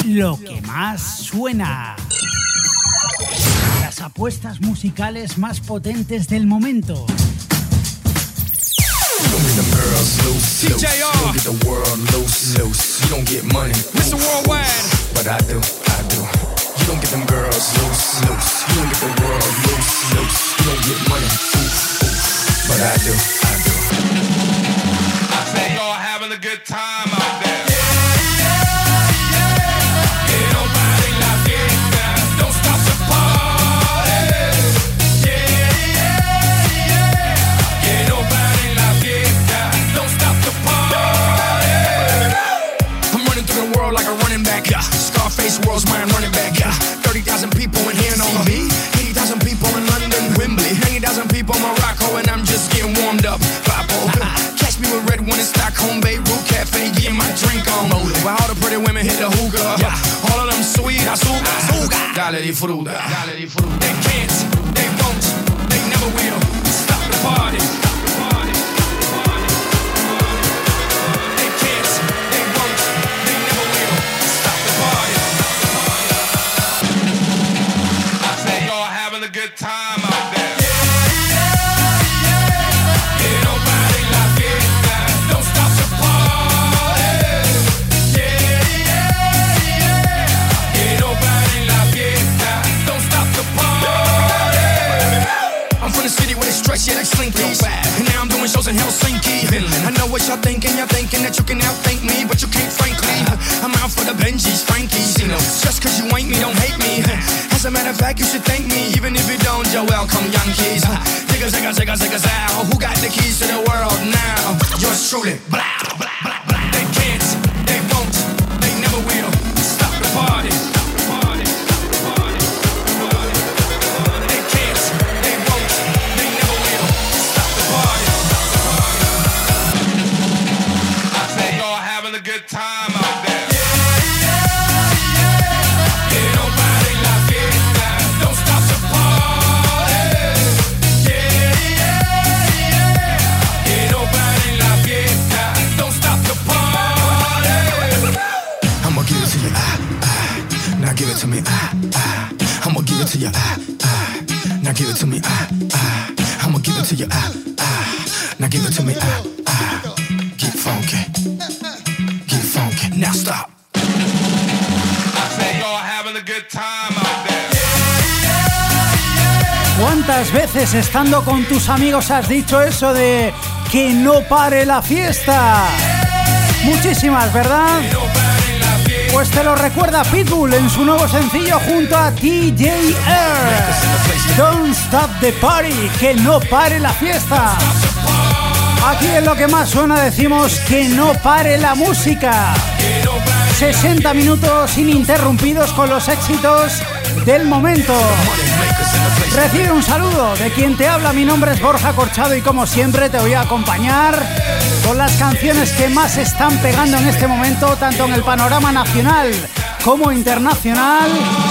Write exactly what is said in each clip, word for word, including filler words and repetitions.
lo que más suena. Las apuestas musicales más potentes del momento. D J R, mister Worldwide, but I do, I do. You don't get them girls loose, loose. You don't get the world loose, loose. You don't get money, oof, but I do, I do. I say y'all having a good time out there. Scarface, world's mind running back. Yeah. thirty thousand people in here, know me. eighty thousand people in London, Wembley. ninety thousand people in Morocco, and I'm just getting warmed up. Papo. Catch me with red one in Stockholm, Beirut Cafe, getting my drink on. While all the pretty women hit the hookah. Yeah. All of them sweet, azúcar, azúcar. Dale disfruta, dale disfruta. They can't, they won't, they never will stop the party. Time out there. Yeah, yeah, yeah. Que no pare la fiesta. Don't stop the party. Yeah, yeah, yeah. Que no pare la fiesta. Don't stop the party. I'm from the city where they stretch, yeah, like slinkies. And now I'm doing shows in Helsinki. I know what y'all thinking, y'all thinking that you can outthink me, but you can't, frankly. I'm out for the Benjis, Frankies. You know, just cause you ain't me, don't hate me. As a matter of fact, you should thank me, even if you don't, you're welcome, Yankees. Zigga, zigga, zigga, zigga, zow. Who got the keys to the world now? Yours truly. Blah, blah, blah, blah. They can't, they won't, they never will stop the party. They can't, they won't, they never will stop the party. I say y'all having a good time out there. Give it to me, ah, ah. I'ma give it to you, ah, ah. Now give it to me, ah, ah. I'ma give it to you, ah, ah. Now give it to me, ah, ah. Get funky, get funky. Now stop. I say y'all having a good time out there. ¿Cuántas veces estando con tus amigos has dicho eso de que no pare la fiesta? Muchísimas, ¿verdad? Pues te lo recuerda Pitbull en su nuevo sencillo junto a T J R. Don't stop the party, que no pare la fiesta. Aquí en Lo que más suena decimos que no pare la música. sesenta minutos ininterrumpidos con los éxitos del momento. Recibe un saludo de quien te habla. Mi nombre es Borja Corchado y como siempre te voy a acompañar con las canciones que más están pegando en este momento, tanto en el panorama nacional como internacional.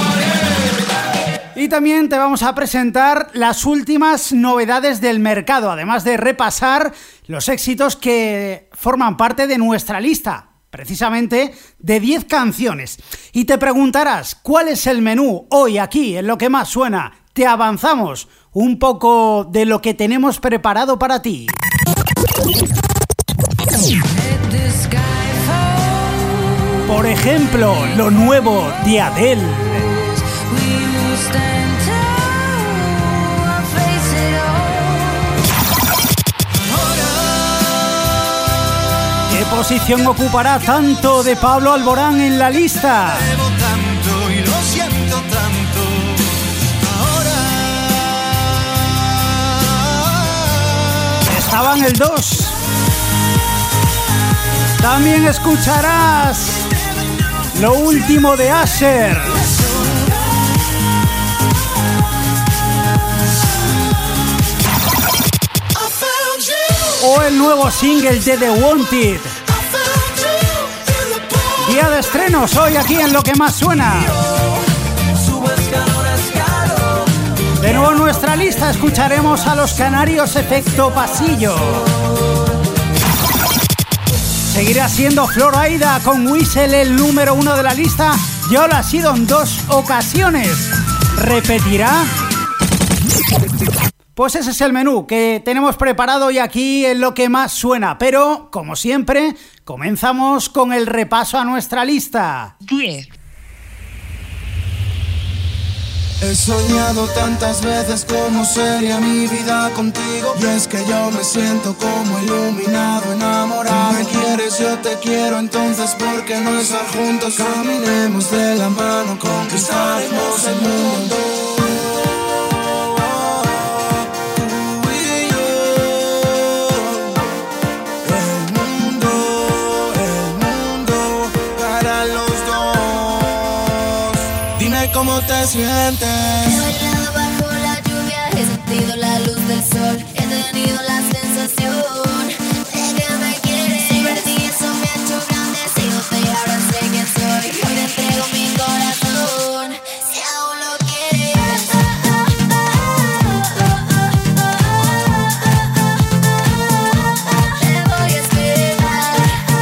Y también te vamos a presentar las últimas novedades del mercado, además de repasar los éxitos que forman parte de nuestra lista, precisamente de diez canciones. Y te preguntarás, ¿cuál es el menú hoy aquí en Lo que más suena? Te avanzamos un poco de lo que tenemos preparado para ti. Por ejemplo, lo nuevo de Adele. ¿Qué posición ocupará tanto de Pablo Alborán en la lista? Estaba en el dos. También escucharás lo último de Asher. O el nuevo single de The Wanted. Día de estrenos hoy aquí en Lo que más suena. De nuevo en nuestra lista escucharemos a Los Canarios Efecto Pasillo. Seguirá siendo Florida con Whistle el número uno de la lista. Ya lo ha sido en dos ocasiones. ¿Repetirá? Pues ese es el menú que tenemos preparado y aquí en lo que más suena. Pero, como siempre, comenzamos con el repaso a nuestra lista. diez. He soñado tantas veces cómo sería mi vida contigo. Y es que yo me siento como iluminado, enamorado. Si me quieres, yo te quiero, entonces ¿por qué no estar juntos? Caminemos de la mano, conquistaremos el mundo. ¿Cómo te sientes? He bailado bajo la lluvia, he sentido la luz del sol, he tenido la sensación de que me quieres. Si perdí eso me ha hecho grande, sigo y ahora sé quién soy. Hoy te entrego mi corazón, si aún lo quieres. Te voy a esperar.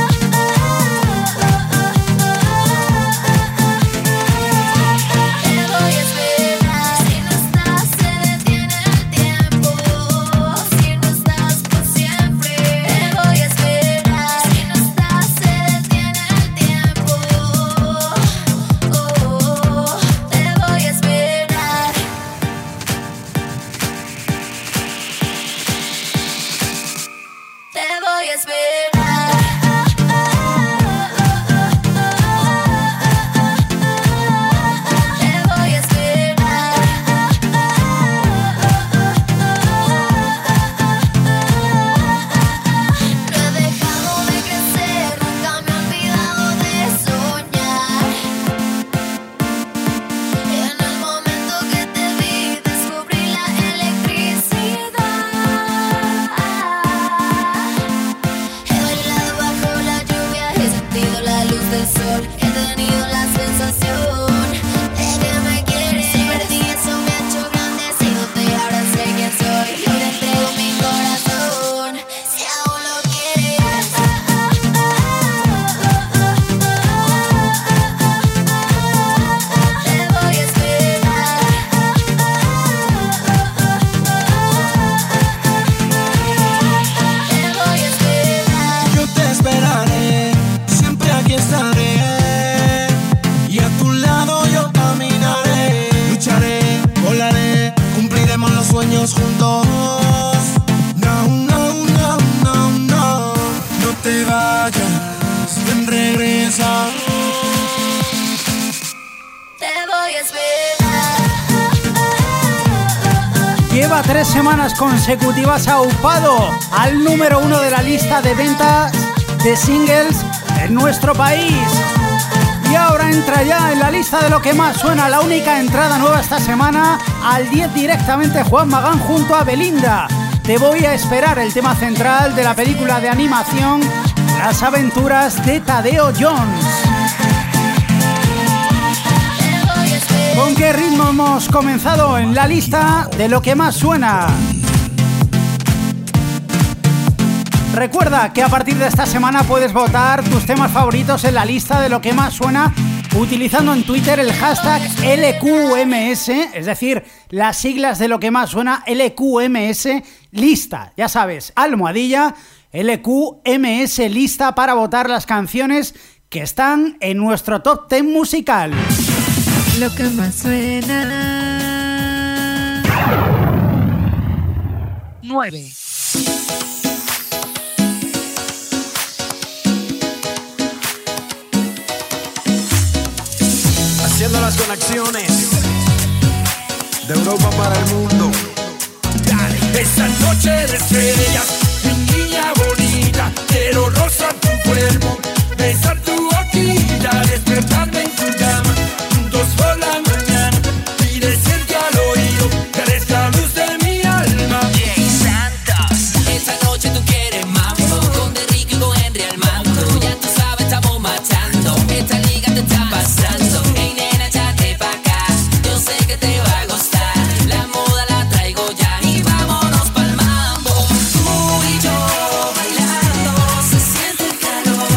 Lleva tres semanas consecutivas aupado al número uno de la lista de ventas de singles en nuestro país. Y ahora entra ya en la lista de lo que más suena, la única entrada nueva esta semana, al diez directamente Juan Magán junto a Belinda. Te voy a esperar, el tema central de la película de animación Las aventuras de Tadeo Jones. ¿Con qué ritmo hemos comenzado en la lista de lo que más suena? Recuerda que a partir de esta semana puedes votar tus temas favoritos en la lista de lo que más suena utilizando en Twitter el hashtag L Q M S, es decir, las siglas de lo que más suena, L Q M S lista. Ya sabes, almohadilla L Q M S lista para votar las canciones que están en nuestro top diez musical. Lo que más suena. nueve. Haciendo las conexiones de Europa para el mundo. Dale, esa noche de estrellas, mi niña bonita, quiero rozar tu cuerpo, besar tu boquita, despertarme en tu cama, juntos por la mañana y decirte al oído que eres la luz de mi alma. Jay Santos, esta noche tú quieres mambo, con De Rico y con Henry al mando. Ya tú sabes, estamos matando, esta liga te está pasando. Hey nena, échate pa' acá, yo sé que te va a gustar. La moda la traigo ya y vámonos pa'l mambo. Tú y yo bailando, se siente el calor.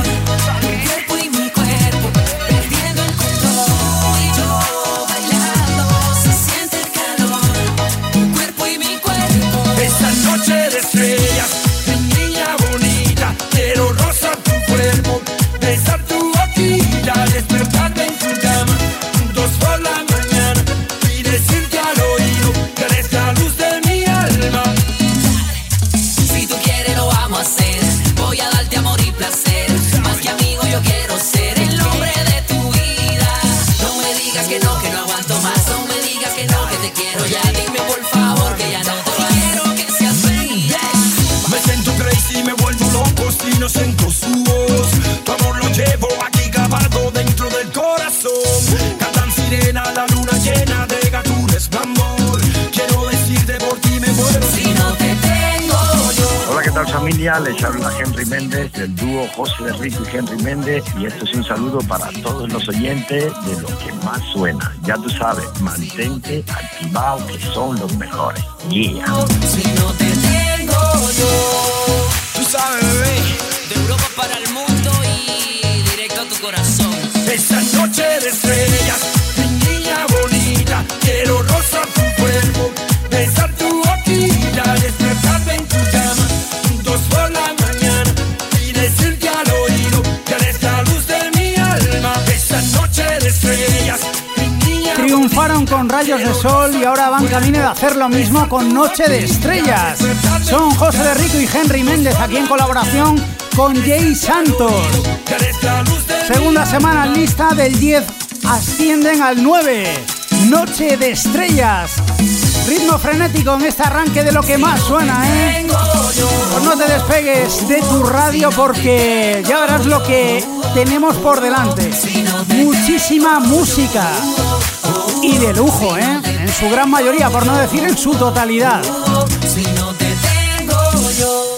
familia, les habla Henry Méndez del dúo José de Rico y Henry Méndez, y esto es un saludo para todos los oyentes de lo que más suena. Ya tú sabes, mantente activado, que son los mejores. Yeah. Si no te tengo yo, Tú sabes, bebé, de Europa para el mundo y directo a tu corazón. esta noche de estrellas, mi niña bonita, quiero rozar tu cuerpo, besar tu boquilla, despertarte en tu cama, juntos por la mañana, y decirte al oído que eres la luz de mi alma. Esta noche de estrellas, mi niña Triunfaron con Rayos de Sol y ahora van camino de hacer lo mismo con Noche de Estrellas. Son José de Rico y Henry Méndez, aquí en colaboración con Jay Santos. que eres la luz de Segunda semana en lista, del diez ascienden al nueve. Noche de Estrellas. Ritmo frenético en este arranque de lo que más suena, ¿eh? Pues no te despegues de tu radio porque ya verás lo que tenemos por delante. Muchísima música. Y de lujo, ¿eh? En su gran mayoría, por no decir en su totalidad. Si no te tengo yo.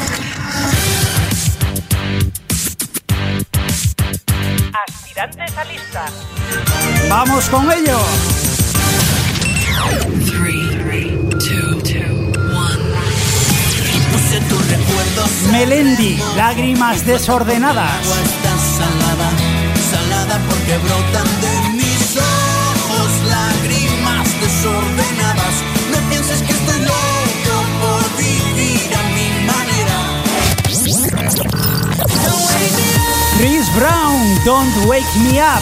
Aspirantes a lista. ¡Vamos con ello! Puse tus recuerdos. Melendi, Lágrimas Desordenadas. Estás salada, salada porque brotan de mis ojos lágrimas desordenadas. No pienses que estoy loco por vivir a mi manera. Chris Brown, Don't Wake Me Up.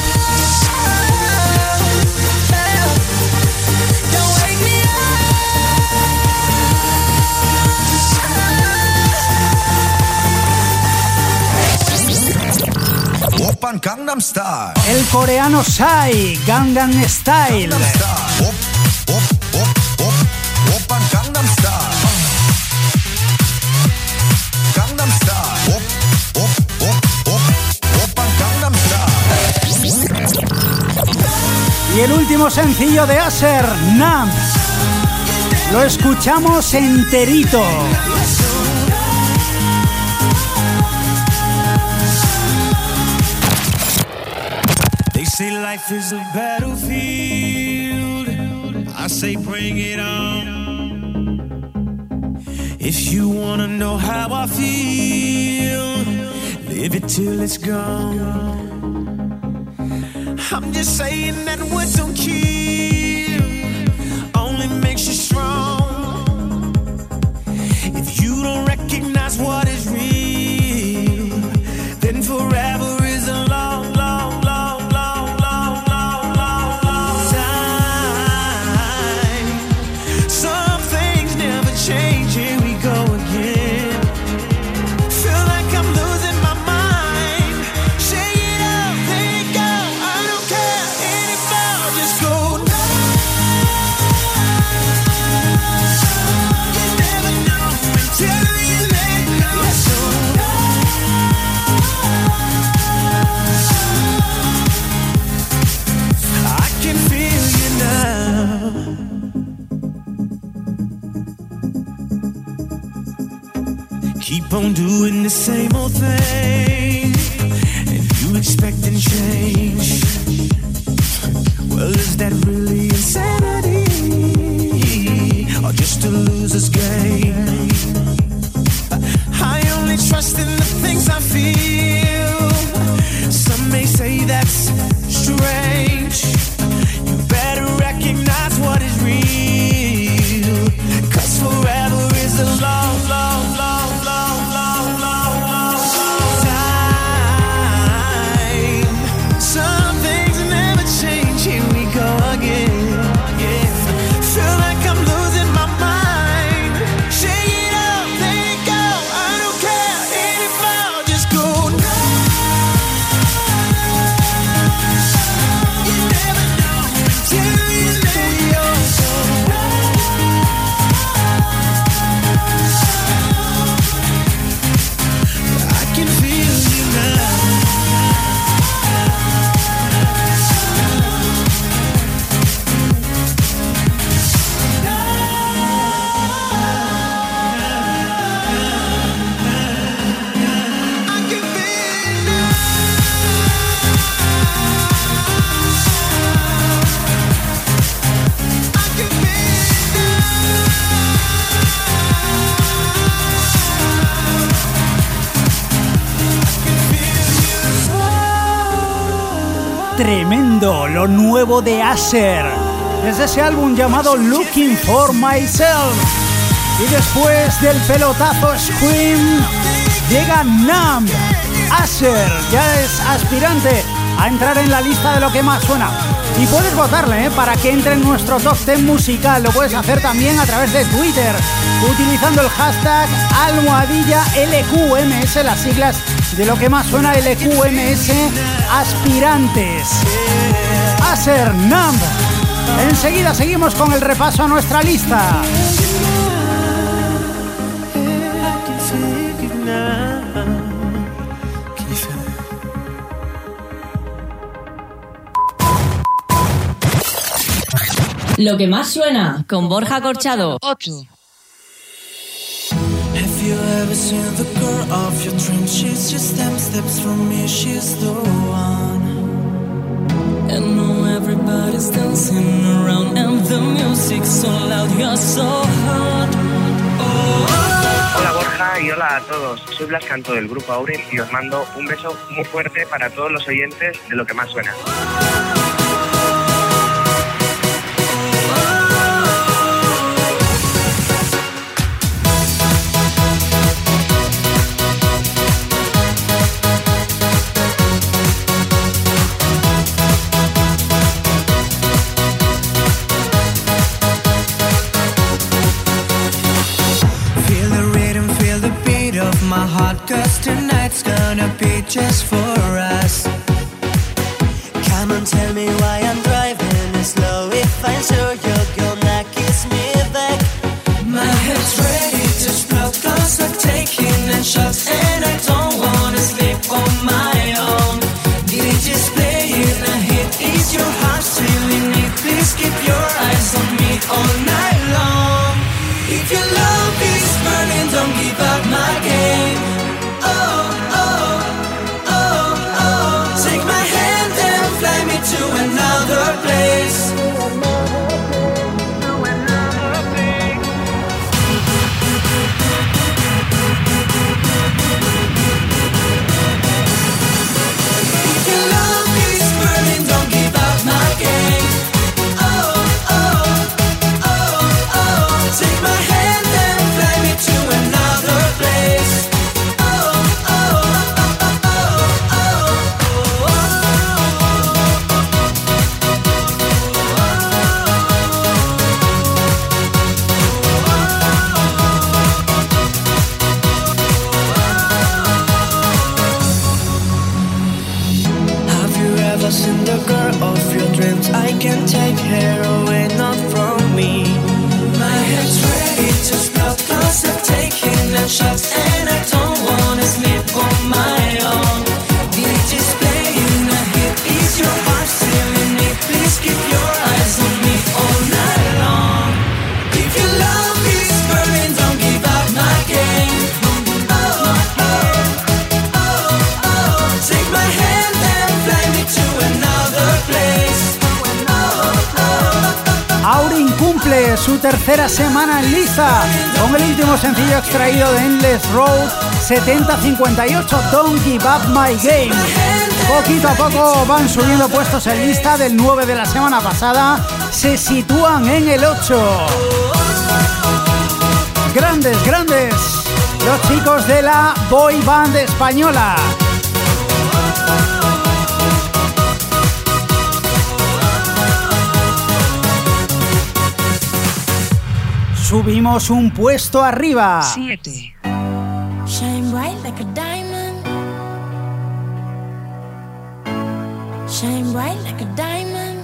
Oppan Gangnam Style. El coreano Psy, Gangnam Style. Gangnam Style. Op, op, op, op. Oppan Gangnam Style. Gangnam Style. Op, op, op, op. Oppan Gangnam Style. Y el último sencillo de Aser, Nam. Lo escuchamos enterito. They say life is a battlefield. I say bring it on. If you wanna know how I feel, live it till it's gone. I'm just saying that what don't kill only makes you strong. If you don't recognize what is real, then forever is a long, long, long, long, long, long, long, long time. Some things never change, here we go again. Feel like I'm losing my mind. Shake it up, let it go. I don't care anymore, just go. You never know until you let go. I can feel you now. Keep on doing the same old thing, and you expecting change. Well, is that really insanity, or just a loser's game? I only trust in the things I feel. Some may say that's strange. You better recognize what is real, 'cause forever is a long, long, long, long, long, long, long, long time. Some tremendo, lo nuevo de Asher, desde ese álbum llamado Looking for Myself. Y después del pelotazo Scream, llega Numb. Asher ya es aspirante a entrar en la lista de lo que más suena. Y puedes votarle ¿eh? para que entre en nuestro top diez musical. Lo puedes hacer también a través de Twitter, utilizando el hashtag almohadilla L Q M S, las siglas de lo que más suena, L Q M S aspirantes. Asher, Numb. Enseguida seguimos con el repaso a nuestra lista. Lo que más suena con Borja Corchado. ocho. Have you ever seen the girl of your dreams? She's just ten steps from me, she's the one. And now everybody's dancing around and the music's so loud, you're so hot. Oh, oh. Hola Borja y hola a todos, soy Blas Canto del Grupo Aurel y os mando un beso muy fuerte para todos los oyentes de Lo que más suena. Cause tonight's gonna be just for us. Come on, tell me why I'm driving slow. If I show you, you'll not kiss me back. My head's ready to explode, cause I'm taking in shots and I don't wanna sleep on my own. D J's playing a hit, is your heart still in it? Please keep your eyes on me all night long. If your love is burning, don't give up my game. To another place. If your love is burning, don't give up my game. Oh, oh, oh, oh. Take my hand and fly me to another place. Oh, oh, oh, oh, oh, oh, oh. In the girl of your dreams, I can take her away, not from me. My head's ready to explode, cause I'm taking the shots and I don't wanna sleep on my own. D J's playing a hit, is your heart still in it? Please keep your eyes on me all night long. If your love is burning, don't give up my game. Oh, oh, oh, oh. Take my hand and fly me to another place. Aurin cumple su tercera semana en lista con el último sencillo extraído de Endless Road setenta cincuenta y ocho, Don't Give Up My Game. Poquito a poco van subiendo puestos en lista. Del nueve de la semana pasada se sitúan en el ocho. Grandes, grandes los chicos de la boy band española. Subimos un puesto arriba. siete. Shine bright like a diamond. Shine bright like a diamond.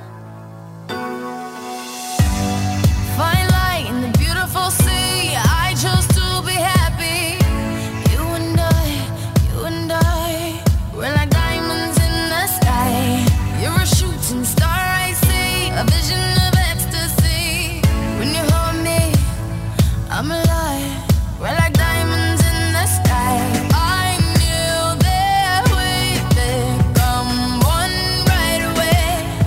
Find light in the beautiful sea. I chose to be happy. You and I, you and I, we're like diamonds in the sky. You're a shooting star, I see, a vision of ecstasy. When you hold me, I'm alive. We're like diamonds in the sky. I knew that we'd become one right away.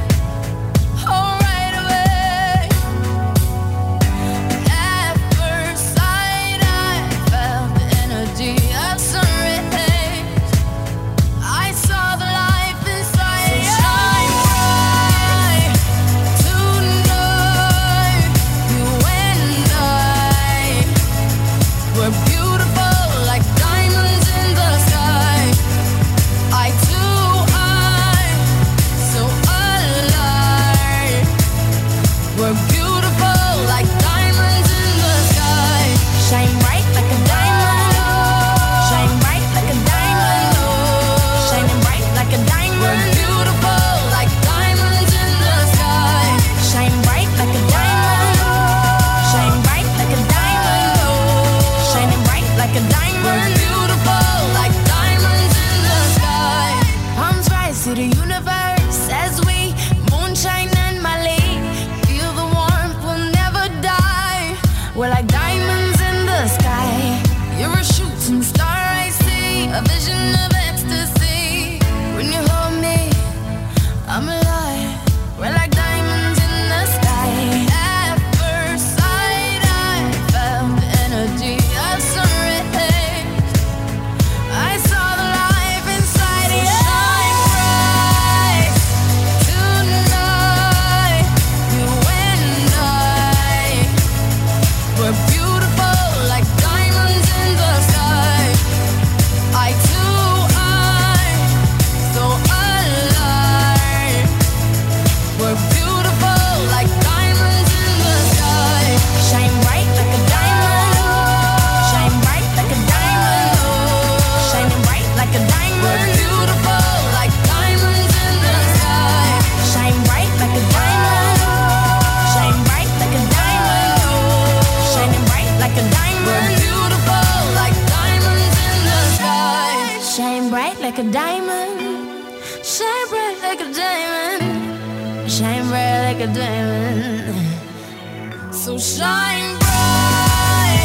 like a diamond. So shine bright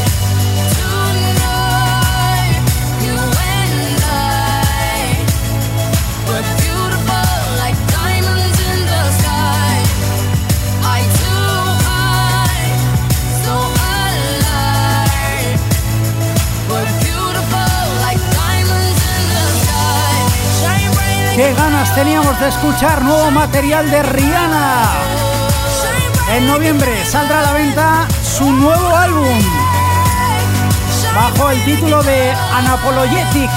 tonight, you and I. We're beautiful like diamonds in the sky. Eye to eye, so alive. We're beautiful like diamonds in the sky. Shine bright like ¡Qué ganas teníamos de escuchar nuevo material de Rihanna! En noviembre saldrá a la venta su nuevo álbum bajo el título de Unapologetics.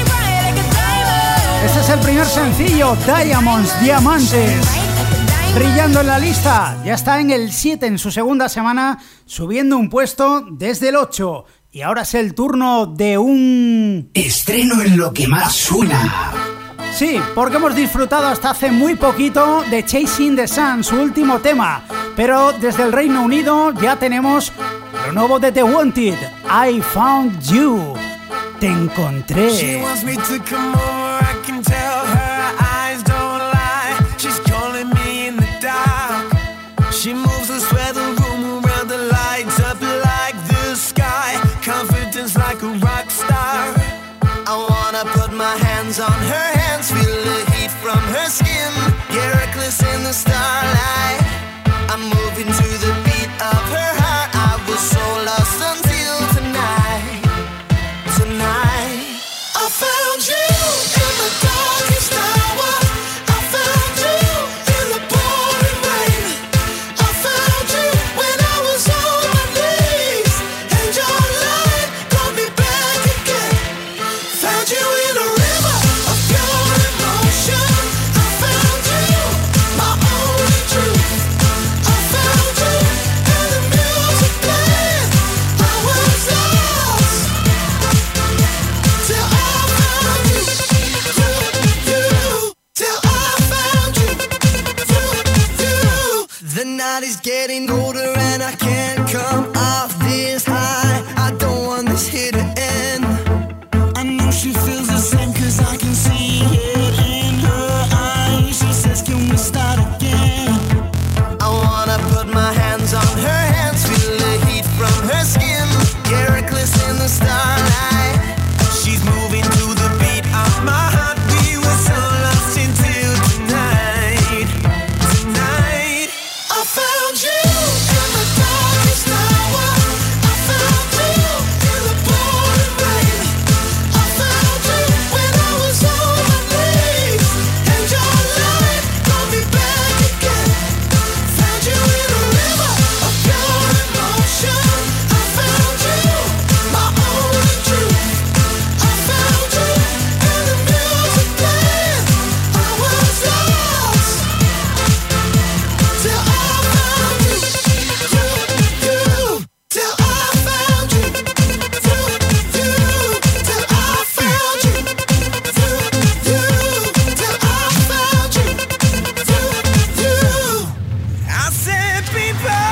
Este es el primer sencillo, Diamonds, Diamantes, brillando en la lista. Ya está en el siete en su segunda semana, subiendo un puesto desde el ocho. Y ahora es el turno de un estreno en lo que más suena. Sí, porque hemos disfrutado hasta hace muy poquito de Chasing the Sun, su último tema. Pero desde el Reino Unido ya tenemos lo nuevo de The Wanted, I Found You. Te encontré. She wants me to come over, I can tell her eyes don't lie. She's calling me in the dark. She moves and swear the room around the lights up like the sky. Confidence like a rock star. I wanna put my hands on her hands, feel the heat from her skin. Get reckless in the starlight. I'm moving to the beat of her heart. I was so lost until tonight. Tonight I found you in the darkest hour. I found you in the pouring rain. I found you when I was on my knees, and your light brought me back again. Found you in a river of pure emotion. I found you, my only truth. I found you in the music playing. I was lost till I found you, you, you. Till I found you, you, you. The night is getting older and I can't come off this high. I don't want this here to end. I know she feels the same cause I can see it in her eyes. She says can we start again? I wanna put my hands on her hands, feel the heat from her skin. Get reckless in the starlight. She's moving to the beat of my heart. We were so lost until tonight. Tonight I found you in the darkest hour. I found you in the pouring rain. I found you when I was on my knees, and your light brought me back again. Found you in a river of pure emotion. I found you, my only truth. I found you in the music playing. I was lost till I found you, you, you. Till I found you, you, you. Till I found you, you, you. Till I found you, you, you. I said, people,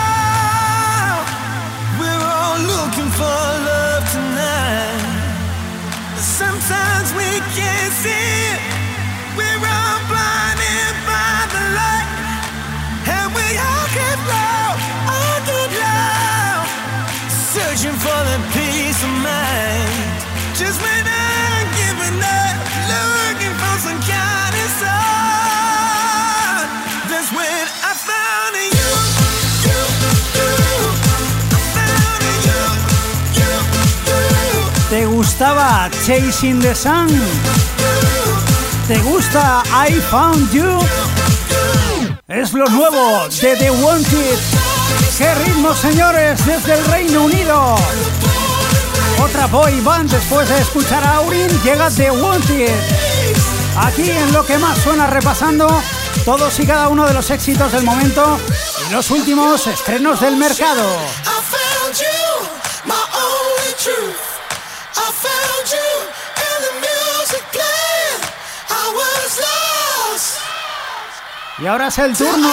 we're all looking for love tonight. Sometimes we can't see it. We're all blinded by the light, and we all get low, all get low, searching for the peace of mind. Just when I'm giving up, looking for some kind of sun. That's when I found you, you, you. I found you, you, you. ¿Te gustaba Chasing the Sun? ¿Te gusta I Found You? Es lo nuevo de The Wanted. ¡Qué ritmo, señores! Desde el Reino Unido. Otra boy band después de escuchar a Aurin, llega The Wanted. Aquí en Lo que más suena, repasando todos y cada uno de los éxitos del momento y los últimos estrenos del mercado. I found you, my only truth. I found you in the music playing. I was lost Y ahora es el turno.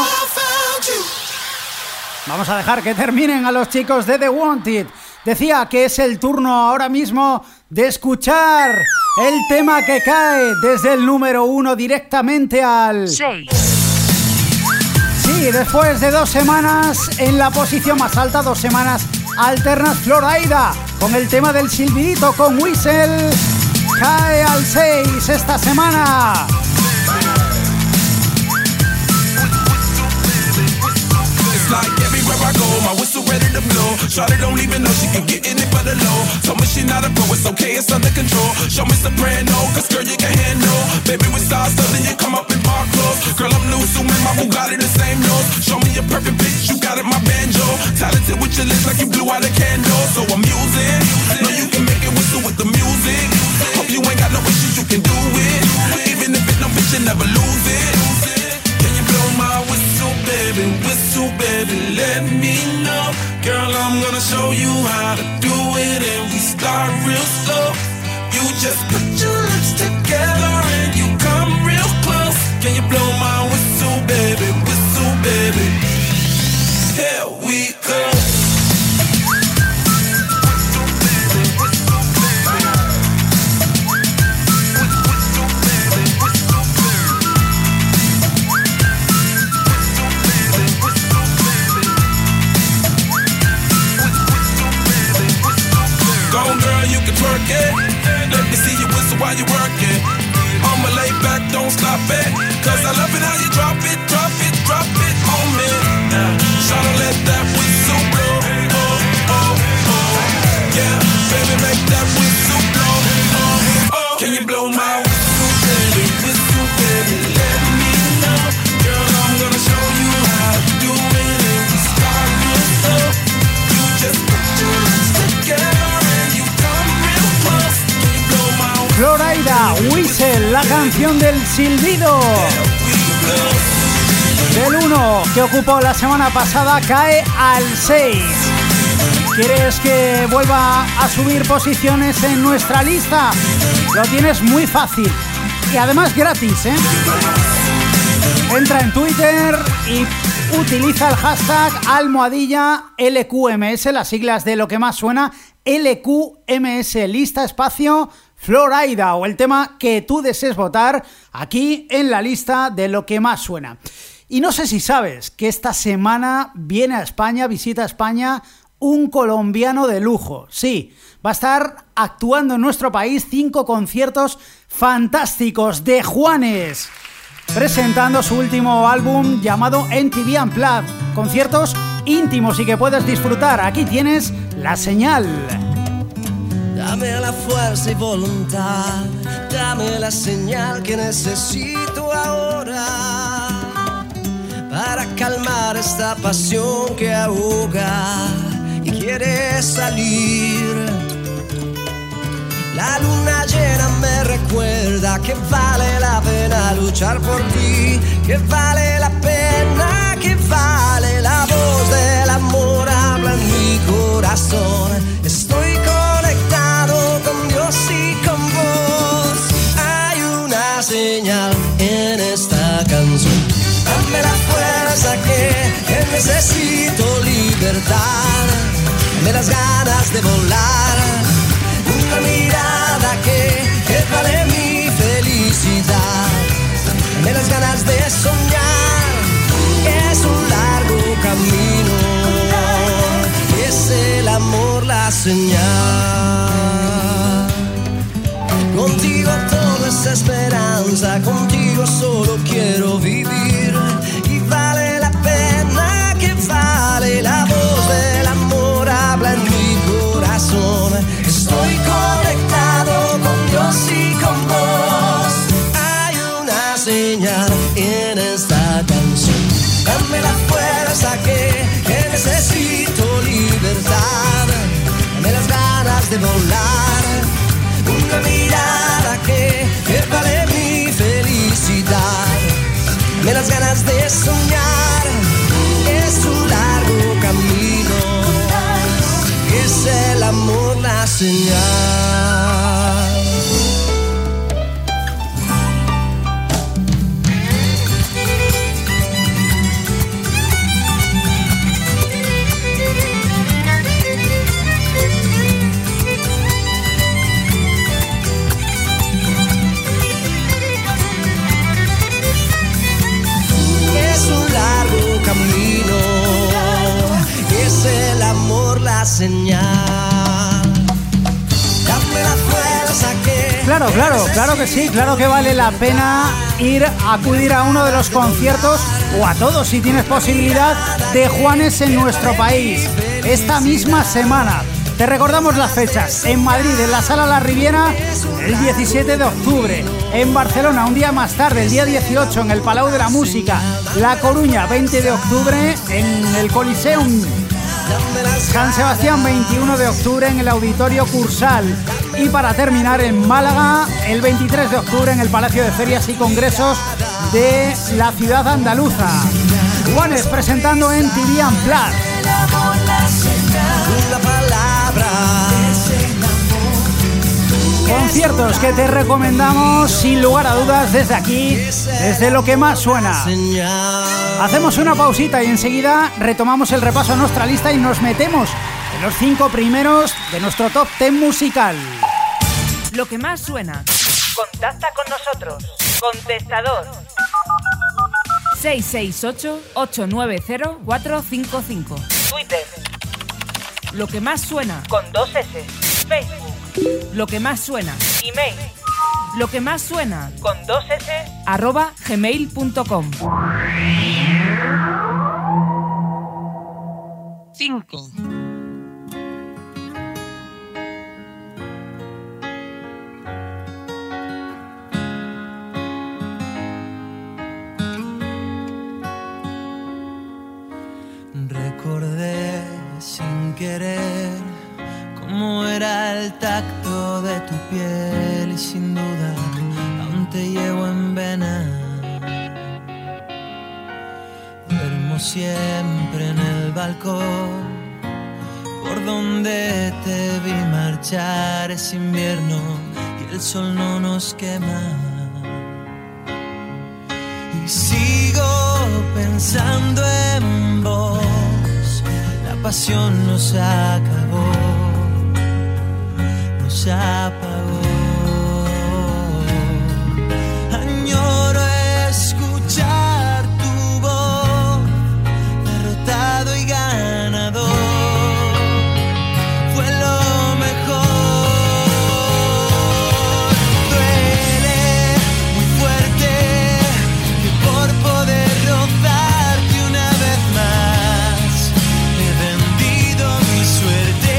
Vamos a dejar que terminen a los chicos de The Wanted. Decía que es el turno ahora mismo de escuchar el tema que cae desde el número uno directamente al seis. Sí, Sí, después de dos semanas en la posición más alta, dos semanas alternas, Florida con el tema del silbidito con Whistle cae al seis esta semana. Like everywhere I go, my whistle ready to blow. Shawty don't even know she can get in it for the low. Told me she not a pro, it's okay, it's under control. Show me soprano, cause girl you can handle. Baby with stars, so then you come up in bar clothes. Girl I'm new, so man, my Bugatti the same nose. Show me a perfect pitch, you got it, my banjo. Talented with your lips like you blew out a candle. So I'm using, know you can make it whistle with the music. Hope you ain't got no issues, you can do it. Even if it don't fit, you never lose it. Can you blow my whistle, baby, whistle, baby, let me know. Girl, I'm gonna show you how to do it, and we start real slow. You just put your lips together and you come real close. Can you blow my whistle, baby, whistle, baby? Here we go. Twerk it. Let me see you whistle while you work it. I'ma lay back, don't stop it. Cause I love it how you drop it, drop it, drop it on me. Now, tryna let that whistle blow. Oh, oh, oh. Yeah, baby, make that whistle blow. Oh, oh. Can you blow my whistle, baby? Whistle, baby, let me know. Girl, I'm gonna show you how to do it. And we start real slow. You just put your lips together. Florida, Whistle, la canción del silbido. Del uno que ocupó la semana pasada cae al seis. ¿Quieres que vuelva a subir posiciones en nuestra lista? Lo tienes muy fácil y además gratis, ¿eh? Entra en Twitter y utiliza el hashtag almohadilla L Q M S, las siglas de lo que más suena, L Q M S, lista espacio Florida, o el tema que tú desees votar aquí en la lista de lo que más suena. Y no sé si sabes que esta semana viene a España, visita a España, un colombiano de lujo. Sí, va a estar actuando en nuestro país cinco conciertos fantásticos de Juanes, presentando su último álbum llamado M T V Unplugged. Conciertos íntimos y que puedes disfrutar. Aquí tienes La Señal. Dame la fuerza y voluntad, dame la señal que necesito ahora para calmar esta pasión que ahoga y quiere salir. La luna llena me recuerda que vale la pena luchar por ti, que vale la pena, que vale la voz del amor, habla en mi corazón. Estoy conectado con Dios y con vos. Hay una señal en esta canción. Dame la fuerza que, que necesito, libertad. Dame las ganas de volar. Una mirada que, que vale mi felicidad. Dame las ganas de soñar. Es un largo camino. Es el amor la señal. Contigo todo es esperanza. Contigo solo quiero vivir. Y vale la pena, que vale la voz del amor. Habla en mi corazón. Estoy conectado con Dios y con vos. Hay una señal en esta canción. Dame la fuerza que, que necesito, libertad. Dame las ganas de volar. Una mirada que, que vale mi felicidad. Dame las ganas de soñar. Es un largo camino. Es el amor la señal. Es un largo camino. Es el amor la señal. Dame la fuerza que... Claro, claro, claro que sí, claro que vale la pena ir a acudir a uno de los conciertos o a todos si tienes posibilidad de Juanes en nuestro país. Esta misma semana. Te recordamos las fechas. En Madrid, en la Sala La Riviera, el diecisiete de octubre. En Barcelona, un día más tarde, el día dieciocho, en el Palau de la Música. La Coruña, veinte de octubre, en el Coliseum. San Sebastián, veintiuno de octubre, en el Auditorio Cursal. Y para terminar, en Málaga, el veintitrés de octubre, en el Palacio de Ferias y Congresos de la ciudad andaluza. Juanes presentando en T V Unplugged. La palabra. Conciertos que te recomendamos sin lugar a dudas desde aquí, desde Lo que más suena. Hacemos una pausita y enseguida retomamos el repaso a nuestra lista y nos metemos en los cinco primeros de nuestro top ten musical. Lo que más suena. Contacta con nosotros. Contestador seis seis ocho, ocho nueve cero, cuatro cinco cinco. Twitter. Lo que más suena con dos S. Facebook. Lo que más suena. Email. Lo que más suena con dos S arroba gmail punto com. cinco. Recordé sin querer cómo era el tacto de tu piel y sin duda aún te llevo en vena. Duermo siempre en el balcón por donde te vi marchar. Es invierno y el sol no nos quema. Y sigo pensando en vos. La pasión nos acabó, nos apagó. Añoro escuchar tu voz, derrotado y ganador. Fue lo mejor. Duele muy fuerte que por poder rozarte una vez más he vendido mi suerte.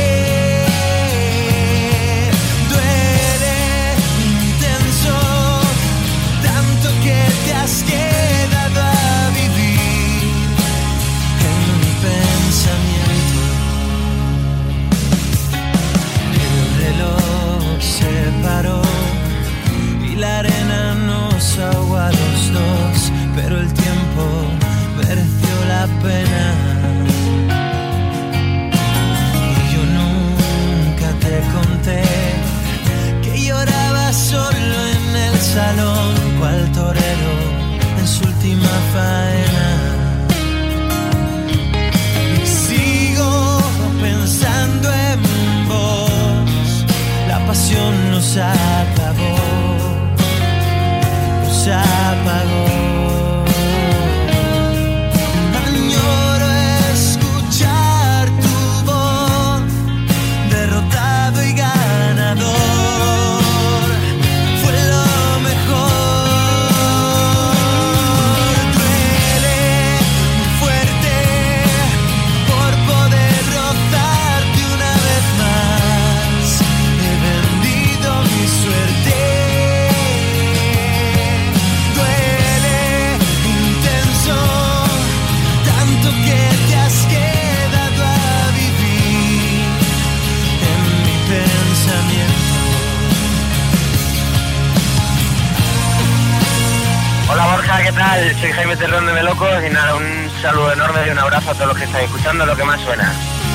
Duele intenso, tanto que te has quedado a vivir en mi pensamiento. El reloj se paró y la arena nos ahogó a los dos, pero el tiempo mereció la pena. Y yo nunca te conté que lloraba solo en el salón, cual torero en su última faena. Y sigo pensando en vos, la pasión nos acabó, nos apagó. Añoro escuchar tu voz, derrotado y ganador. Fue lo mejor. Duele muy fuerte por poder rozarte una vez más. He vendido mi suerte. Duele intenso, tanto que te has quedado a vivir en mi pensamiento. Hola Borja, ¿qué tal? Soy Jaime Terrón de Melocos y nada, un saludo enorme y un abrazo a todos los que estáis escuchando Lo que más suena.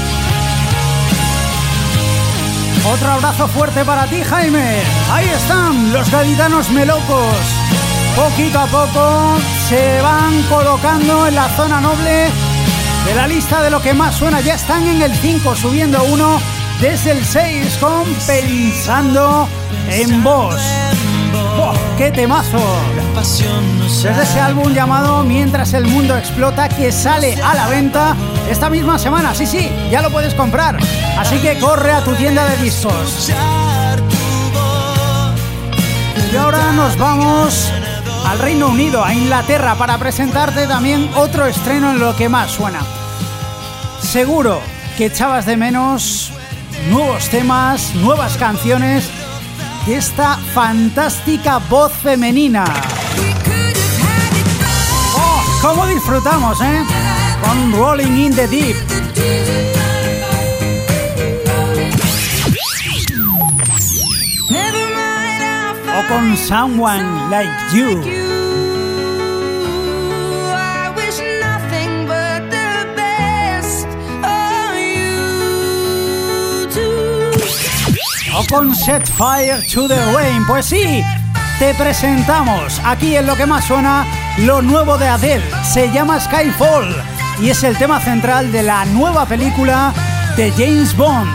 Otro abrazo fuerte para ti, Jaime. Ahí están los gaditanos Melocos. Poquito a poco se van colocando en la zona noble de la lista de Lo que más suena. Ya están en el cinco, subiendo uno desde el seis con Pensando en Vos. ¡Oh, qué temazo! Desde ese álbum llamado Mientras el mundo explota, que sale a la venta esta misma semana. Sí, sí, ya lo puedes comprar. Así que corre a tu tienda de discos. Y ahora nos vamos al Reino Unido, a Inglaterra, para presentarte también otro estreno en Lo que más suena. Seguro que echabas de menos nuevos temas, nuevas canciones de esta fantástica voz femenina. ¡Oh, cómo disfrutamos, eh! Con Rolling in the Deep. O con Someone Like You. O con Set Fire to the Rain. Pues sí, te presentamos aquí en Lo que más suena lo nuevo de Adele. Se llama Skyfall y es el tema central de la nueva película de James Bond.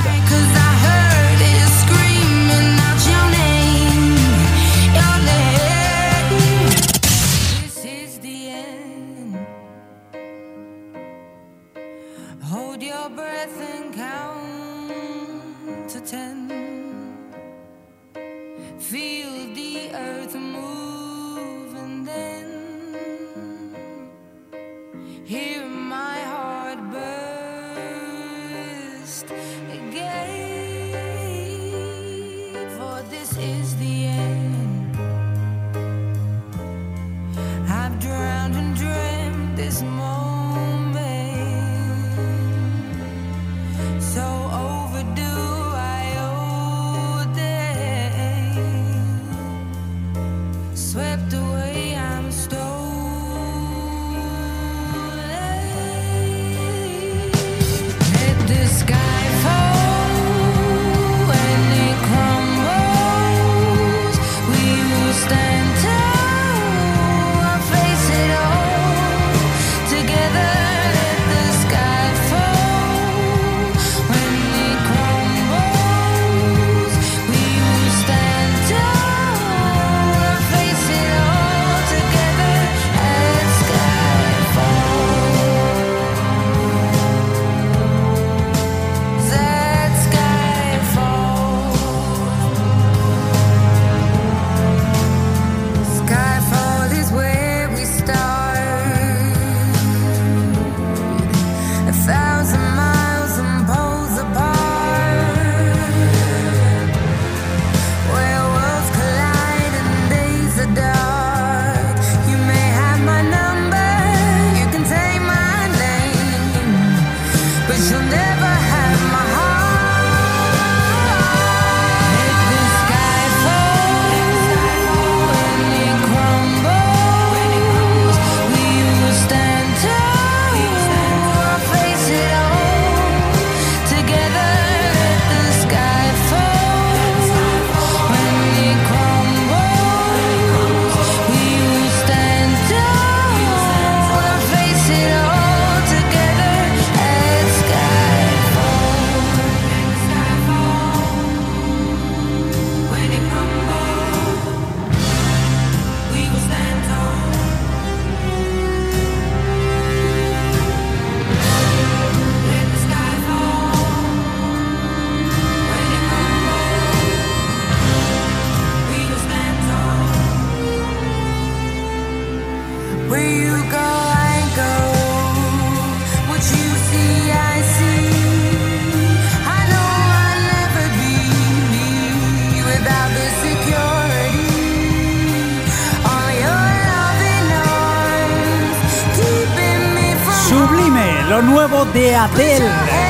Lo nuevo de Adele,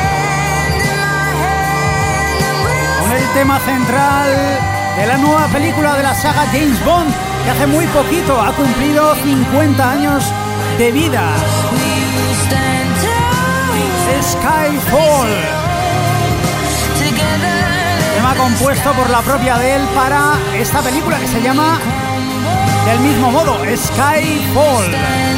con el tema central de la nueva película de la saga James Bond, que hace muy poquito ha cumplido cincuenta años de vida. Skyfall, tema compuesto por la propia Adele para esta película que se llama del mismo modo, Skyfall.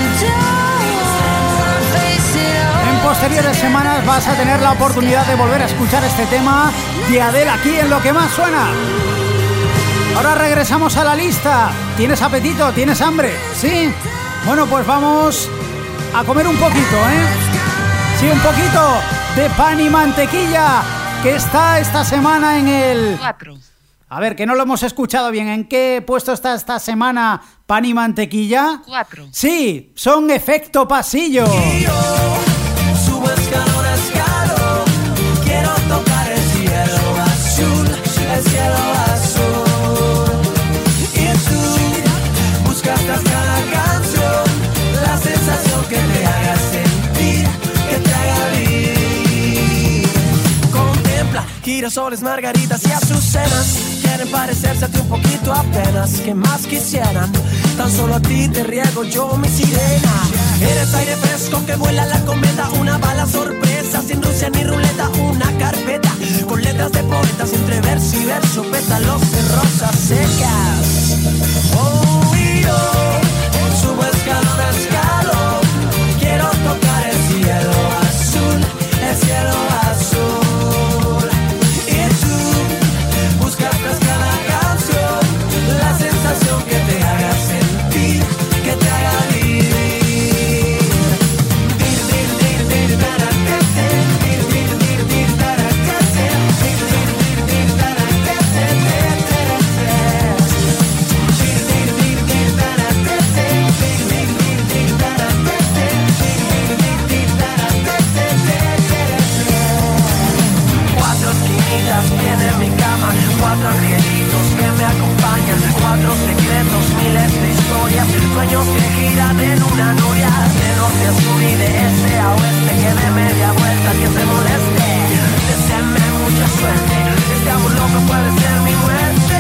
En posteriores semanas vas a tener la oportunidad de volver a escuchar este tema de Adele aquí en Lo que más suena. Ahora regresamos a la lista. ¿Tienes apetito? ¿Tienes hambre? ¿Sí? Bueno, pues vamos a comer un poquito, ¿eh? Sí, un poquito de pan y mantequilla, que está esta semana en el... cuatro. A ver, que no lo hemos escuchado bien. ¿En qué puesto está esta semana pan y mantequilla? cuatro. Sí, son Efecto Pasillo. Y yo subo escalón a escalón, quiero tocar el cielo azul, el cielo azul. Y tú buscas tras cada canción la sensación que te haga sentir, que te haga vivir. Contempla girasoles, margaritas y azucenas, quieren parecerse a ti un poquito apenas. ¿Qué más quisieran? Tan solo a ti te riego yo mi sirena. Eres aire fresco que vuela la cometa, una bala sorpresa sin Rusia ni ruleta, una carpeta con letras de poetas entre verso y verso, pétalos de rosas secas. Oh, y yo subo escalón a escalón, quiero tocar el cielo azul, el cielo azul. Y tú buscas tras cada canción la sensación que te haga sentir, que te haga vivir. Cuatro esquinitas tiene mi cama, cuatro angelitos que me acompañan, cuatro secretos, miles de historias, sueños que giran en una noria, de norte a sur y de este a oeste, que de media vuelta que se moleste. Deseenme mucha suerte, este amor loco puede ser mi muerte.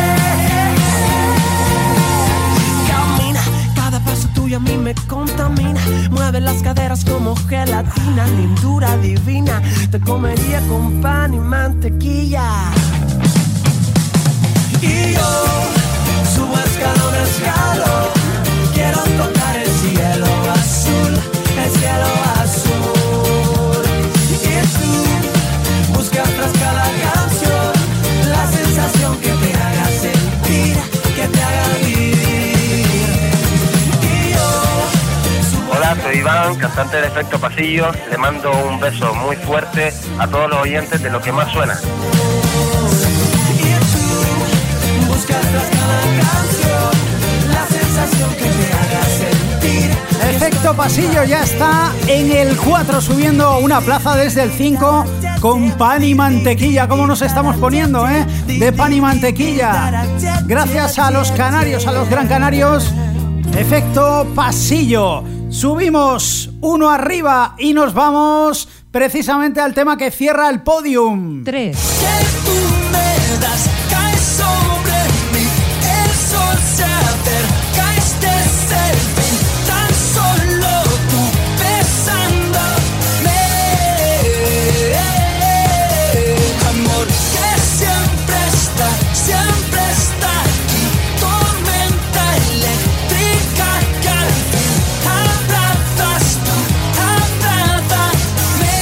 Camina, cada paso tuyo a mí me contamina, mueve las caderas como gelatina, lindura divina, te comería con pan y mantequilla. Y yo subo escalón a escalón, quiero tocar el cielo azul, el cielo azul. Y tú buscas tras cada canción la sensación que te haga sentir, que te haga vivir. Y yo subo. Hola, soy Iván, cantante de Efecto Pasillo. Le mando un beso muy fuerte a todos los oyentes de Lo que más suena. Buscas tras cada canción la sensación que te haga sentir. Efecto Pasillo ya está en el cuatro, subiendo una plaza desde el cinco con pan y mantequilla. ¿Cómo nos estamos poniendo, eh? De pan y mantequilla. Gracias a los canarios, a los gran canarios. Efecto Pasillo. Subimos uno arriba y nos vamos precisamente al tema que cierra el podium. tres. Que tú me das, cae sobre mí, el sol se acerca, este es el fin, tan solo tú besándome. Amor que siempre está, siempre está aquí, tormenta eléctrica que al fin abrazas tú, abrázame.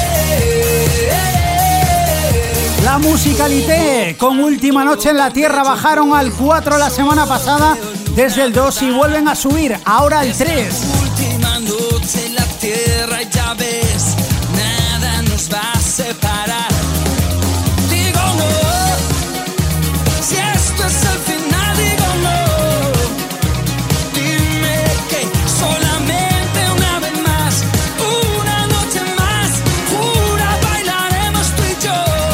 La musicalité con Última Noche en la Tierra bajaron al cuatro la semana pasada desde el dos y vuelven a subir ahora al tres. Última noche en la tierra y ya ves, nada nos va a separar. Digo no, si esto es el final, digo no. Dime que solamente una vez más, una noche más, jura bailaremos tú y yo.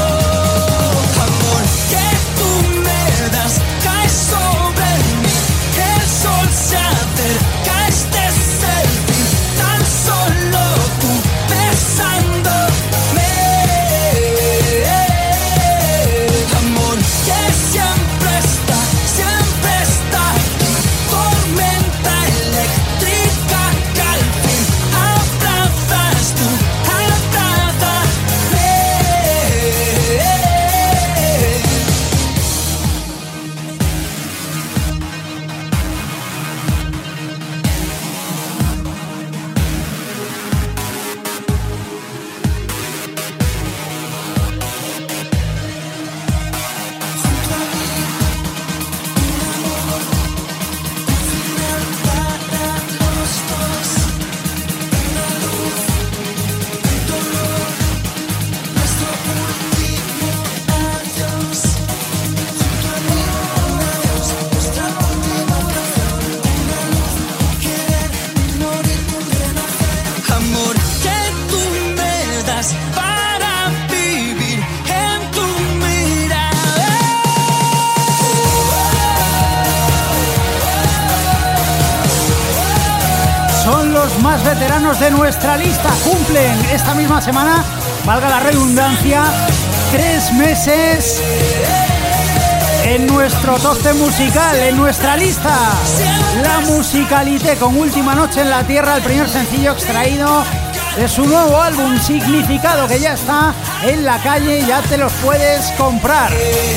Amor que tú me das, cae sobre mí, el sol se acerca, este es más veteranos de nuestra lista cumplen esta misma semana, valga la redundancia, tres meses en nuestro top ten musical, en nuestra lista. La Musicalité con Última Noche en la Tierra, el primer sencillo extraído de su nuevo álbum Significado, que ya está en la calle y ya te los puedes comprar.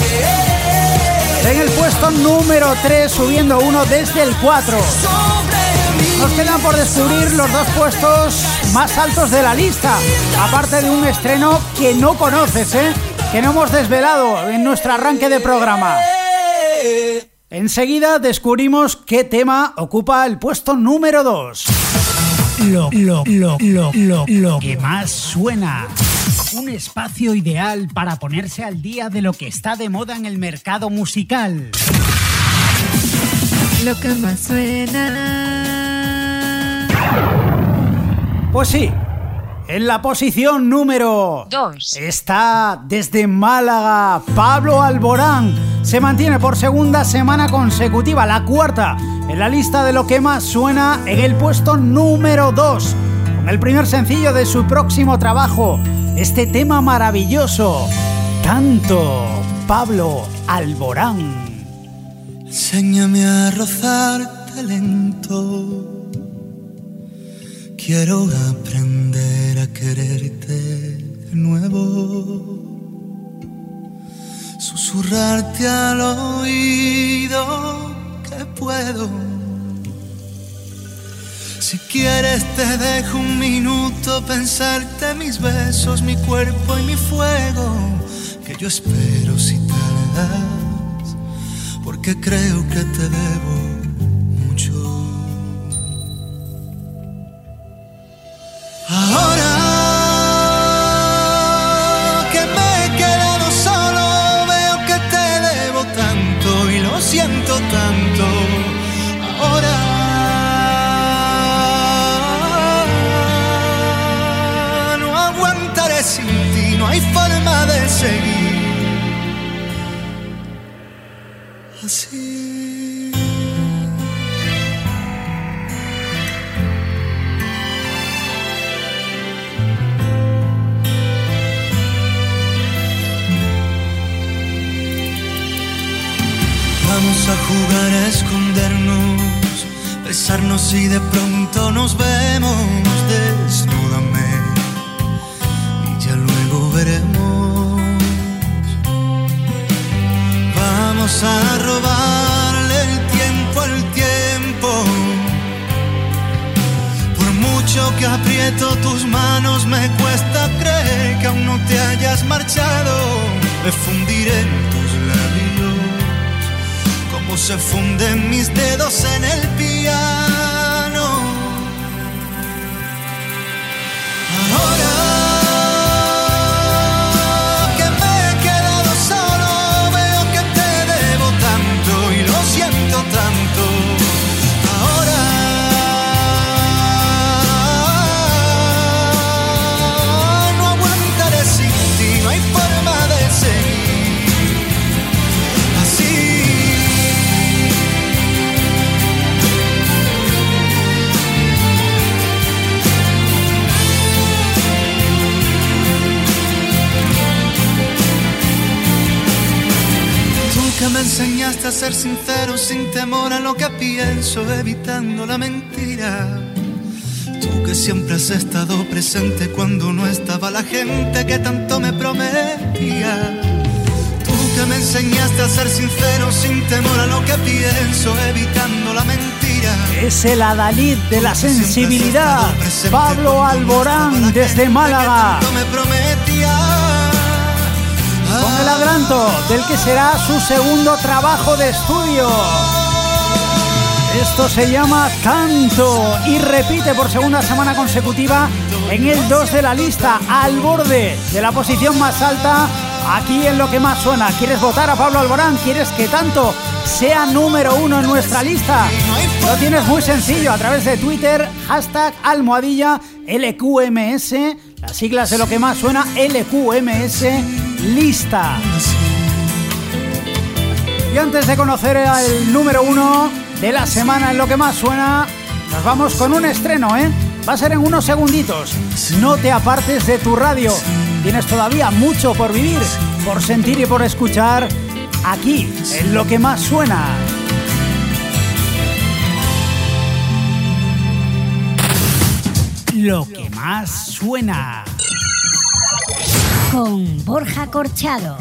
En el puesto número tres, subiendo uno desde el cuatro. Nos quedan por descubrir los dos puestos más altos de la lista, aparte de un estreno que no conoces, ¿eh? que no hemos desvelado en nuestro arranque de programa. Enseguida descubrimos qué tema ocupa el puesto número dos. Lo, lo, lo, lo, lo, lo que más suena. Un espacio ideal para ponerse al día de lo que está de moda en el mercado musical. Lo que más suena. Pues sí, en la posición número dos está desde Málaga Pablo Alborán. Se mantiene por segunda semana consecutiva, la cuarta en la lista de lo que más suena, en el puesto número dos, con el primer sencillo de su próximo trabajo, este tema maravilloso, Tanto, Pablo Alborán. Enséñame a rozarte lento. Quiero aprender a quererte de nuevo. Susurrarte al oído que puedo. Si quieres te dejo un minuto pensarte mis besos, mi cuerpo y mi fuego, que yo espero si tardas, porque creo que te debo mucho. Ahora que me he quedado solo, veo que te debo tanto y lo siento tanto. Ahora no aguantaré sin ti, no hay forma de seguir así. Vamos a jugar a escondernos, besarnos y de pronto nos vemos. Desnúdame y ya luego veremos. Vamos a robarle el tiempo al tiempo. Por mucho que aprieto tus manos, me cuesta creer que aún no te hayas marchado. Me fundiré en tus labios como se funden mis dedos en el piano. Ahora que me he quedado solo, veo que te debo tanto y lo siento tanto. Ahora no aguantaré sin ti, no hay forma de seguir así. Que me enseñaste a ser sincero sin temor a lo que pienso, evitando la mentira. Tú que siempre has estado presente cuando no estaba la gente que tanto me prometía. Tú que me enseñaste a ser sincero sin temor a lo que pienso, evitando la mentira. Es el adalid de la sensibilidad, Pablo Alborán desde Málaga, me prometía. Con el adelanto del que será su segundo trabajo de estudio. Esto se llama Tanto y repite por segunda semana consecutiva en el dos de la lista, al borde de la posición más alta, aquí en Lo que más suena. ¿Quieres votar a Pablo Alborán? ¿Quieres que Tanto sea número uno en nuestra lista? Lo tienes muy sencillo a través de Twitter, hashtag almohadilla L Q M S, las siglas de Lo que más suena, L Q M S lista. Y antes de conocer el número uno de la semana en Lo que más suena, nos vamos con un estreno, ¿eh? Va a ser en unos segunditos. No te apartes de tu radio. Tienes todavía mucho por vivir, por sentir y por escuchar aquí, en Lo que más suena. Lo que más suena. Con Borja Corchado.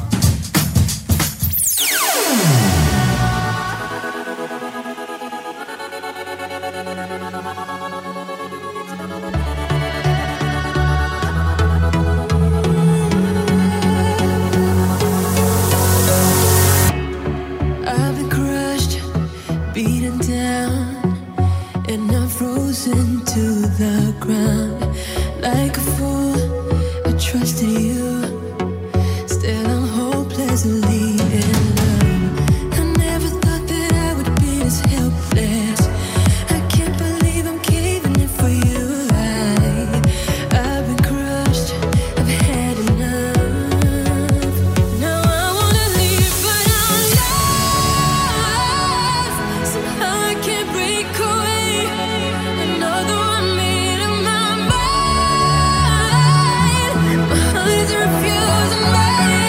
I've been crushed, beaten down, and I'm frozen to the ground. Like a fool, I trusted you. Still I'm hopelessly in love. I never thought that I would be this helpless. I can't believe I'm caving in for you. I, I've been crushed, I've had enough. Now I wanna leave, but I'm lost. Somehow I can't break away. Another one made in my mind. My heart is refusing me.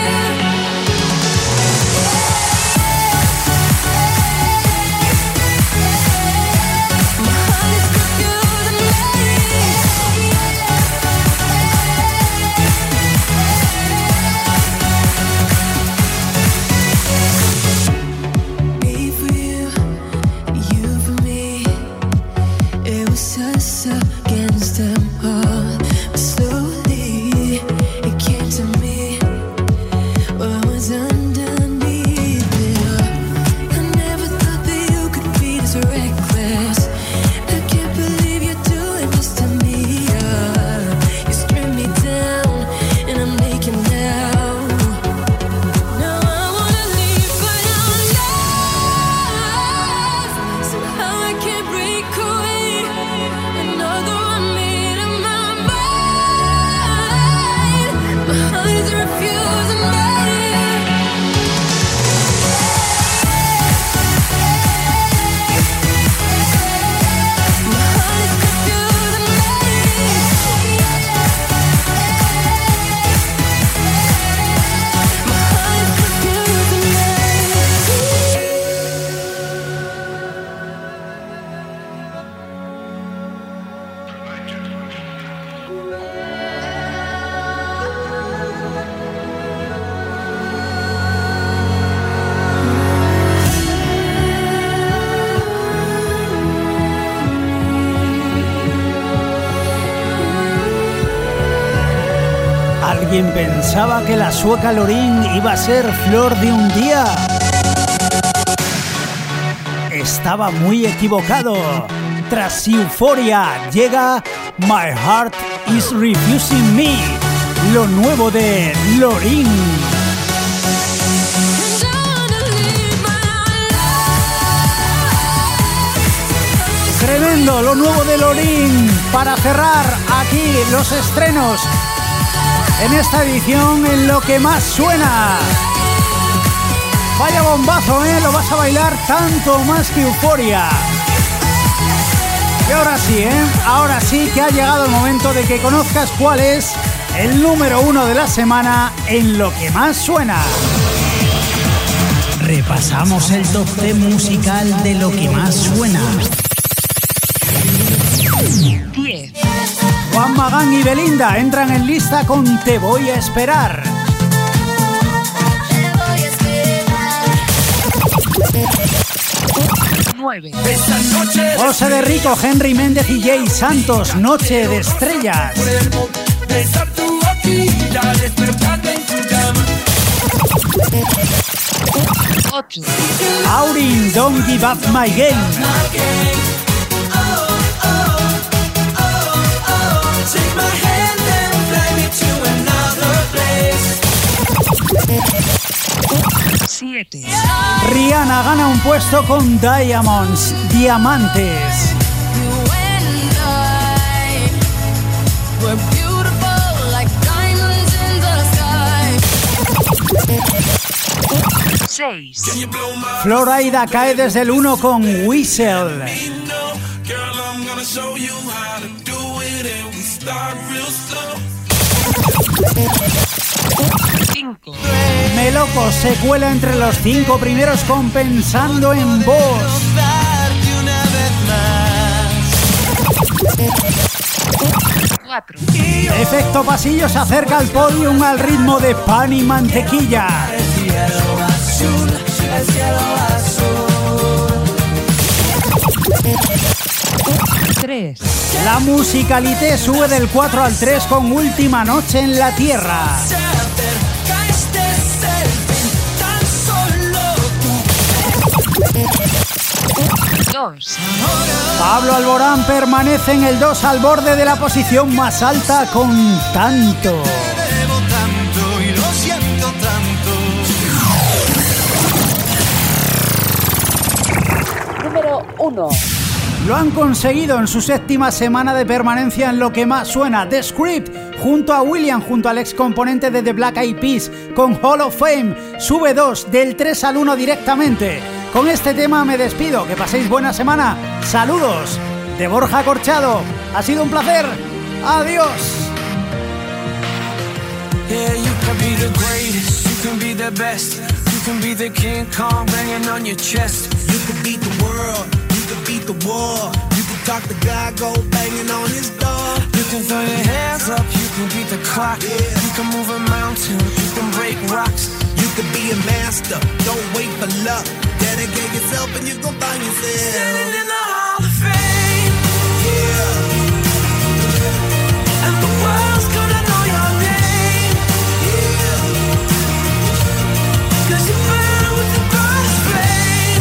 Me for you, you for me. It was us against them all. But slowly it came to me what was underneath it all. I never thought that you could be this reckless. I can't believe you're doing this to me. Oh, you strip me down and I'm naked now. Now I wanna leave, but I'm lost. Somehow I can't break away. Another one made in my mind. My heart is refusing me. My heart is refusing me. My heart is refusing me. ¿Alguien pensaba que la sueca Lorin iba a ser flor de un día? Estaba muy equivocado. Tras Euphoria llega My Heart is Refusing Me, lo nuevo de Lorin. Tremendo, lo nuevo de Lorin para cerrar aquí los estrenos en esta edición en Lo que más suena. Vaya bombazo, ¿eh? Lo vas a bailar tanto más que Euphoria. Y ahora sí, ¿eh? Ahora sí que ha llegado el momento de que conozcas cuál es el número uno de la semana en Lo que más suena. Repasamos el top diez musical de Lo que más suena. diez. Juan Magán y Belinda entran en lista con Te voy a esperar. nueve. José de Rico, Henry Méndez y Jay Santos, Noche de Estrellas. ocho. Aurin, Don't Give Up My Game. siete. Rihanna gana un puesto con Diamonds, Diamantes. seis. Florida cae desde el uno con Whistle. cinco. Meloco se cuela entre los cinco primeros compensando en voz. cuatro. Efecto Pasillo se acerca al podium al ritmo de Pan y Mantequilla. tres. La musicalité sube del cuatro al tres con Última Noche en la Tierra. dos. Pablo Alborán permanece en el dos al borde de la posición más alta con Tanto. Debo tanto y lo siento tanto. Número uno. Lo han conseguido en su séptima semana de permanencia en Lo que más suena, The Script, junto a William, junto al ex componente de The Black Eyed Peas, con Hall of Fame. Sube dos, del tres al uno directamente. Con este tema me despido, que paséis buena semana. Saludos de Borja Corchado. Ha sido un placer. Adiós. Yeah, you can be the greatest, you can be the best, you can be the King Kong banging on your chest. You can beat the world, you can beat the war. You can talk to God, go banging on his door. You can throw your hands up, you can beat the clock. Yeah. You can move a mountain, you can break rocks. You can be a master, don't wait for luck. Dedicate yourself and you gon' find yourself Standing in the Hall of Fame, yeah. and the world's gonna know your name, Yeah, cause you burn with the brightest flame,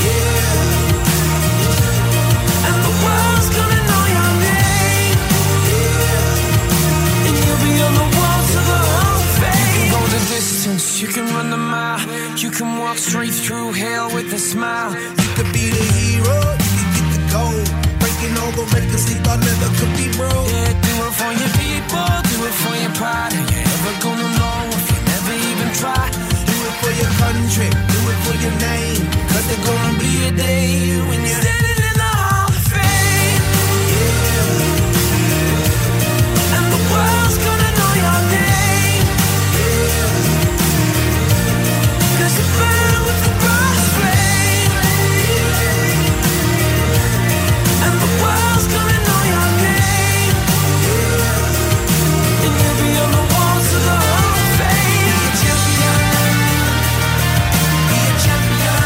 yeah, and the world's gonna know your name, yeah. and you'll be on the walls of the Hall of Fame. You can go the distance, you can run the mile, you can walk straight through hell with a smile. You could be the hero, you can get the gold. Breaking all the records they thought never could be broke. Yeah, do it for your people, do it for your pride. Are you ever gonna know if you never even try? Do it for your country, do it for your name. Cause there's gonna be a day when you're Standing in the Hall of Fame, and the world's gonna know your name, cause you burn with the brightest flame, and the world's gonna know your name, and you'll be on the walls of the Hall of Fame. Be a champion, be a champion,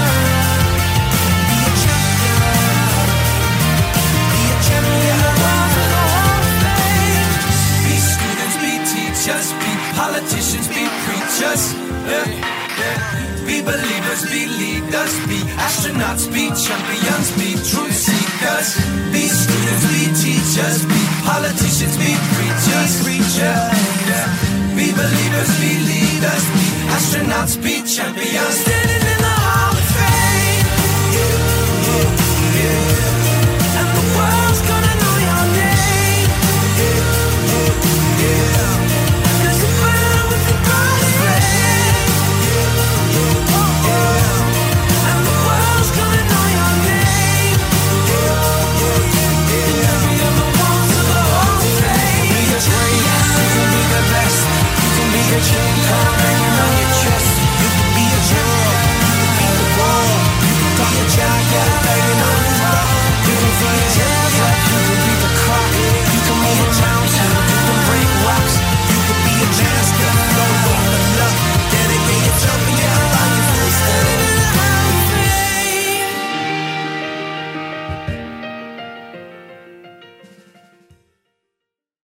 be a champion, be a champion. The walls of the Hall of Fame. Be students, be teachers, be politicians, be preachers. Yeah, yeah. Be believers, be leaders, be astronauts, be champions, be truth seekers. Be students, be teachers, be politicians, be preachers. Yeah, yeah. Be believers, be leaders, be astronauts, be champions.